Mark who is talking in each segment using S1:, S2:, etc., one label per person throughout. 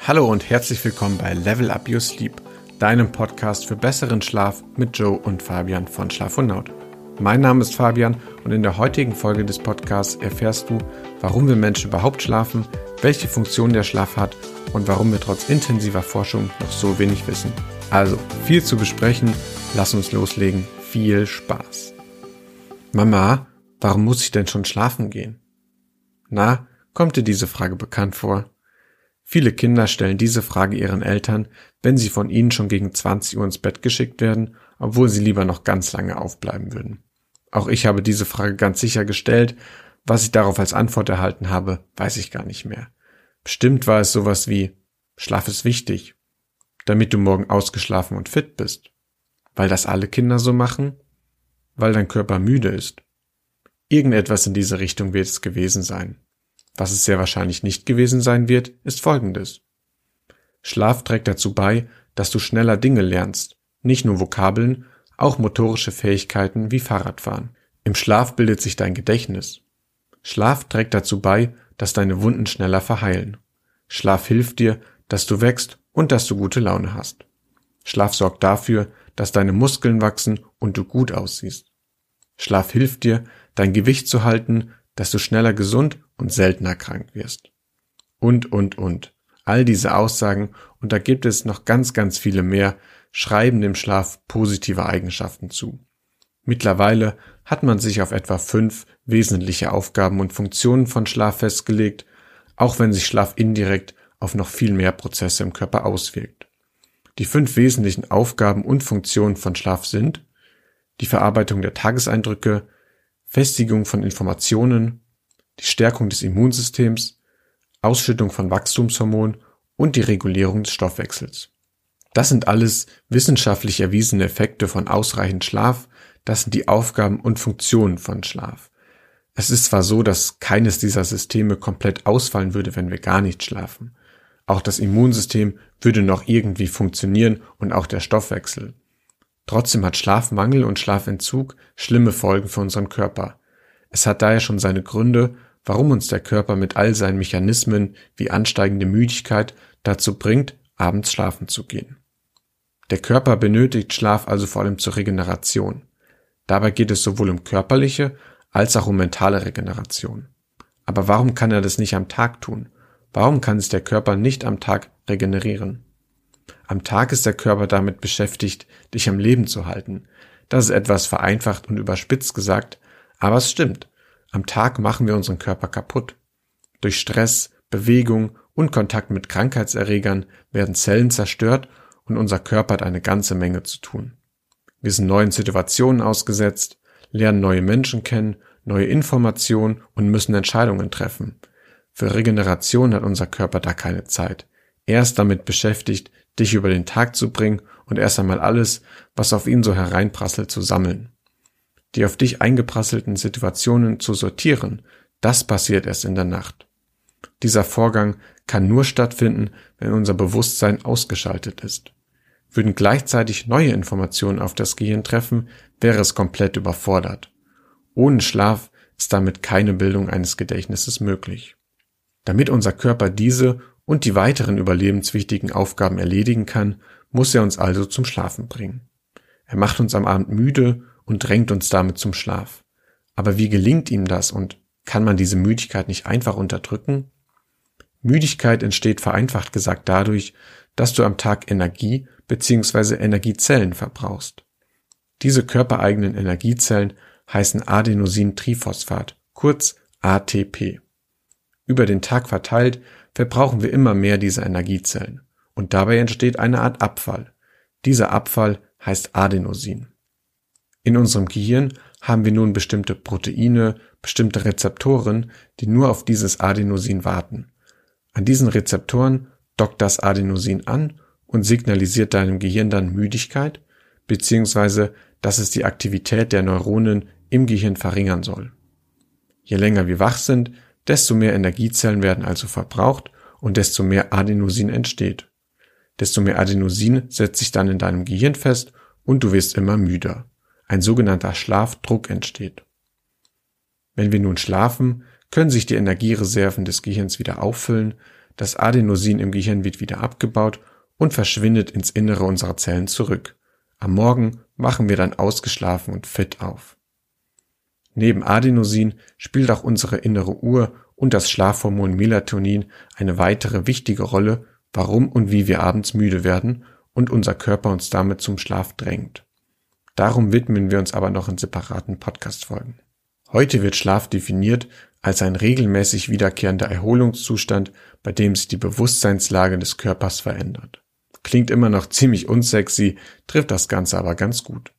S1: Hallo und herzlich willkommen bei Level Up Your Sleep, deinem Podcast für besseren Schlaf mit Joe und Fabian von Schlafonaut. Mein Name ist Fabian und in der heutigen Folge des Podcasts erfährst du, warum wir Menschen überhaupt schlafen, welche Funktion der Schlaf hat und warum wir trotz intensiver Forschung noch so wenig wissen. Also, viel zu besprechen, lass uns loslegen, viel Spaß. Mama, warum muss ich denn schon schlafen gehen? Na, kommt dir diese Frage bekannt vor? Viele Kinder stellen diese Frage ihren Eltern, wenn sie von ihnen schon gegen 20 Uhr ins Bett geschickt werden, obwohl sie lieber noch ganz lange aufbleiben würden. Auch ich habe diese Frage ganz sicher gestellt. Was ich darauf als Antwort erhalten habe, weiß ich gar nicht mehr. Bestimmt war es sowas wie: Schlaf ist wichtig, damit du morgen ausgeschlafen und fit bist. Weil das alle Kinder so machen? Weil dein Körper müde ist. Irgendetwas in diese Richtung wird es gewesen sein. Was es sehr wahrscheinlich nicht gewesen sein wird, ist Folgendes. Schlaf trägt dazu bei, dass du schneller Dinge lernst, nicht nur Vokabeln, auch motorische Fähigkeiten wie Fahrradfahren. Im Schlaf bildet sich dein Gedächtnis. Schlaf trägt dazu bei, dass deine Wunden schneller verheilen. Schlaf hilft dir, dass du wächst und dass du gute Laune hast. Schlaf sorgt dafür, dass deine Muskeln wachsen und du gut aussiehst. Schlaf hilft dir, dein Gewicht zu halten, dass du schneller gesund und seltener krank wirst. Und. All diese Aussagen, und da gibt es noch ganz, ganz viele mehr, schreiben dem Schlaf positive Eigenschaften zu. Mittlerweile hat man sich auf etwa 5 wesentliche Aufgaben und Funktionen von Schlaf festgelegt, auch wenn sich Schlaf indirekt auf noch viel mehr Prozesse im Körper auswirkt. Die 5 wesentlichen Aufgaben und Funktionen von Schlaf sind die Verarbeitung der Tageseindrücke, Festigung von Informationen, die Stärkung des Immunsystems, Ausschüttung von Wachstumshormonen und die Regulierung des Stoffwechsels. Das sind alles wissenschaftlich erwiesene Effekte von ausreichend Schlaf, das sind die Aufgaben und Funktionen von Schlaf. Es ist zwar so, dass keines dieser Systeme komplett ausfallen würde, wenn wir gar nicht schlafen. Auch das Immunsystem würde noch irgendwie funktionieren und auch der Stoffwechsel. Trotzdem hat Schlafmangel und Schlafentzug schlimme Folgen für unseren Körper. Es hat daher schon seine Gründe, warum uns der Körper mit all seinen Mechanismen wie ansteigende Müdigkeit dazu bringt, abends schlafen zu gehen. Der Körper benötigt Schlaf also vor allem zur Regeneration. Dabei geht es sowohl um körperliche als auch um mentale Regeneration. Aber warum kann er das nicht am Tag tun? Warum kann sich der Körper nicht am Tag regenerieren? Am Tag ist der Körper damit beschäftigt, dich am Leben zu halten. Das ist etwas vereinfacht und überspitzt gesagt, aber es stimmt. Am Tag machen wir unseren Körper kaputt. Durch Stress, Bewegung und Kontakt mit Krankheitserregern werden Zellen zerstört und unser Körper hat eine ganze Menge zu tun. Wir sind neuen Situationen ausgesetzt, lernen neue Menschen kennen, neue Informationen und müssen Entscheidungen treffen. Für Regeneration hat unser Körper da keine Zeit. Er ist damit beschäftigt, dich über den Tag zu bringen und erst einmal alles, was auf ihn so hereinprasselt, zu sammeln. Die auf dich eingeprasselten Situationen zu sortieren, das passiert erst in der Nacht. Dieser Vorgang kann nur stattfinden, wenn unser Bewusstsein ausgeschaltet ist. Würden gleichzeitig neue Informationen auf das Gehirn treffen, wäre es komplett überfordert. Ohne Schlaf ist damit keine Bildung eines Gedächtnisses möglich. Damit unser Körper diese und die weiteren überlebenswichtigen Aufgaben erledigen kann, muss er uns also zum Schlafen bringen. Er macht uns am Abend müde und drängt uns damit zum Schlaf. Aber wie gelingt ihm das und kann man diese Müdigkeit nicht einfach unterdrücken? Müdigkeit entsteht vereinfacht gesagt dadurch, dass du am Tag Energie bzw. Energiezellen verbrauchst. Diese körpereigenen Energiezellen heißen Adenosintriphosphat, kurz ATP. Über den Tag verteilt verbrauchen wir immer mehr dieser Energiezellen und dabei entsteht eine Art Abfall. Dieser Abfall heißt Adenosin. In unserem Gehirn haben wir nun bestimmte Proteine, bestimmte Rezeptoren, die nur auf dieses Adenosin warten. An diesen Rezeptoren dockt das Adenosin an und signalisiert deinem Gehirn dann Müdigkeit, beziehungsweise dass es die Aktivität der Neuronen im Gehirn verringern soll. Je länger wir wach sind, desto mehr Energiezellen werden also verbraucht und desto mehr Adenosin entsteht. Desto mehr Adenosin setzt sich dann in deinem Gehirn fest und du wirst immer müder. Ein sogenannter Schlafdruck entsteht. Wenn wir nun schlafen, können sich die Energiereserven des Gehirns wieder auffüllen, das Adenosin im Gehirn wird wieder abgebaut und verschwindet ins Innere unserer Zellen zurück. Am Morgen wachen wir dann ausgeschlafen und fit auf. Neben Adenosin spielt auch unsere innere Uhr und das Schlafhormon Melatonin eine weitere wichtige Rolle, warum und wie wir abends müde werden und unser Körper uns damit zum Schlaf drängt. Darum widmen wir uns aber noch in separaten Podcast-Folgen. Heute wird Schlaf definiert als ein regelmäßig wiederkehrender Erholungszustand, bei dem sich die Bewusstseinslage des Körpers verändert. Klingt immer noch ziemlich unsexy, trifft das Ganze aber ganz gut.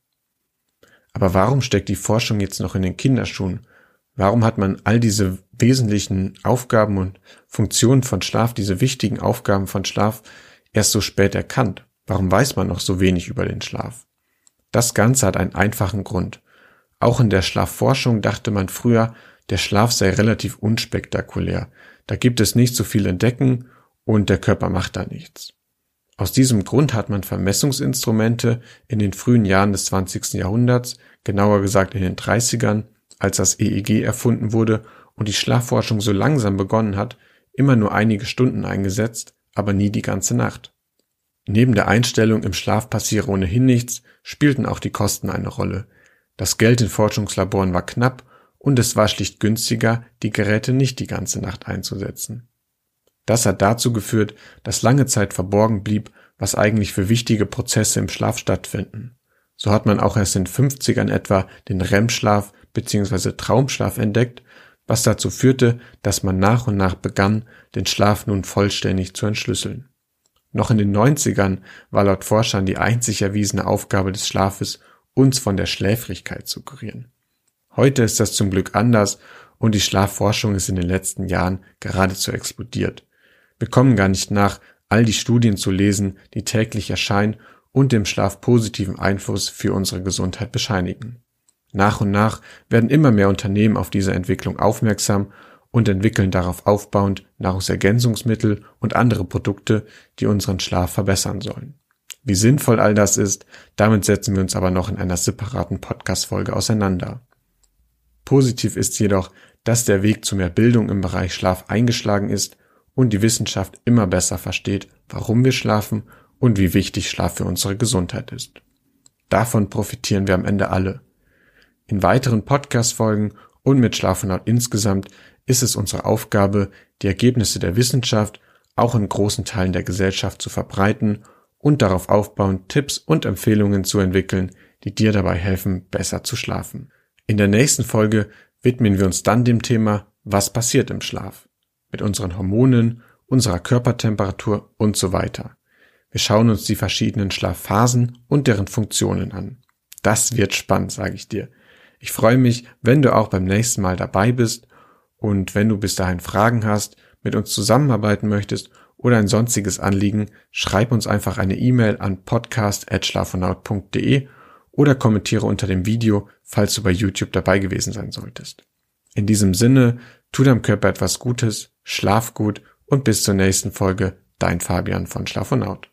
S1: Aber warum steckt die Forschung jetzt noch in den Kinderschuhen? Warum hat man all diese wesentlichen Aufgaben und Funktionen von Schlaf, diese wichtigen Aufgaben von Schlaf erst so spät erkannt? Warum weiß man noch so wenig über den Schlaf? Das Ganze hat einen einfachen Grund. Auch in der Schlafforschung dachte man früher, der Schlaf sei relativ unspektakulär. Da gibt es nicht so viel entdecken und der Körper macht da nichts. Aus diesem Grund hat man Vermessungsinstrumente in den frühen Jahren des 20. Jahrhunderts, genauer gesagt in den 30ern, als das EEG erfunden wurde und die Schlafforschung so langsam begonnen hat, immer nur einige Stunden eingesetzt, aber nie die ganze Nacht. Neben der Einstellung, im Schlaf passiere ohnehin nichts, spielten auch die Kosten eine Rolle. Das Geld in Forschungslaboren war knapp und es war schlicht günstiger, die Geräte nicht die ganze Nacht einzusetzen. Das hat dazu geführt, dass lange Zeit verborgen blieb, was eigentlich für wichtige Prozesse im Schlaf stattfinden. So hat man auch erst in den 50ern etwa den REM-Schlaf bzw. Traumschlaf entdeckt, was dazu führte, dass man nach und nach begann, den Schlaf nun vollständig zu entschlüsseln. Noch in den 90ern war laut Forschern die einzig erwiesene Aufgabe des Schlafes, uns von der Schläfrigkeit zu kurieren. Heute ist das zum Glück anders und die Schlafforschung ist in den letzten Jahren geradezu explodiert. Wir kommen gar nicht nach, all die Studien zu lesen, die täglich erscheinen und dem Schlaf positiven Einfluss für unsere Gesundheit bescheinigen. Nach und nach werden immer mehr Unternehmen auf diese Entwicklung aufmerksam und entwickeln darauf aufbauend Nahrungsergänzungsmittel und andere Produkte, die unseren Schlaf verbessern sollen. Wie sinnvoll all das ist, damit setzen wir uns aber noch in einer separaten Podcast-Folge auseinander. Positiv ist jedoch, dass der Weg zu mehr Bildung im Bereich Schlaf eingeschlagen ist und die Wissenschaft immer besser versteht, warum wir schlafen und wie wichtig Schlaf für unsere Gesundheit ist. Davon profitieren wir am Ende alle. In weiteren Podcast-Folgen und mit Schlafenhaut insgesamt ist es unsere Aufgabe, die Ergebnisse der Wissenschaft auch in großen Teilen der Gesellschaft zu verbreiten und darauf aufbauend Tipps und Empfehlungen zu entwickeln, die dir dabei helfen, besser zu schlafen. In der nächsten Folge widmen wir uns dann dem Thema, was passiert im Schlaf, mit unseren Hormonen, unserer Körpertemperatur und so weiter. Wir schauen uns die verschiedenen Schlafphasen und deren Funktionen an. Das wird spannend, sage ich dir. Ich freue mich, wenn du auch beim nächsten Mal dabei bist und wenn du bis dahin Fragen hast, mit uns zusammenarbeiten möchtest oder ein sonstiges Anliegen, schreib uns einfach eine E-Mail an podcast@schlafenhaut.de oder kommentiere unter dem Video, falls du bei YouTube dabei gewesen sein solltest. In diesem Sinne, tu deinem Körper etwas Gutes, schlaf gut und bis zur nächsten Folge, dein Fabian von Schlafenhaut.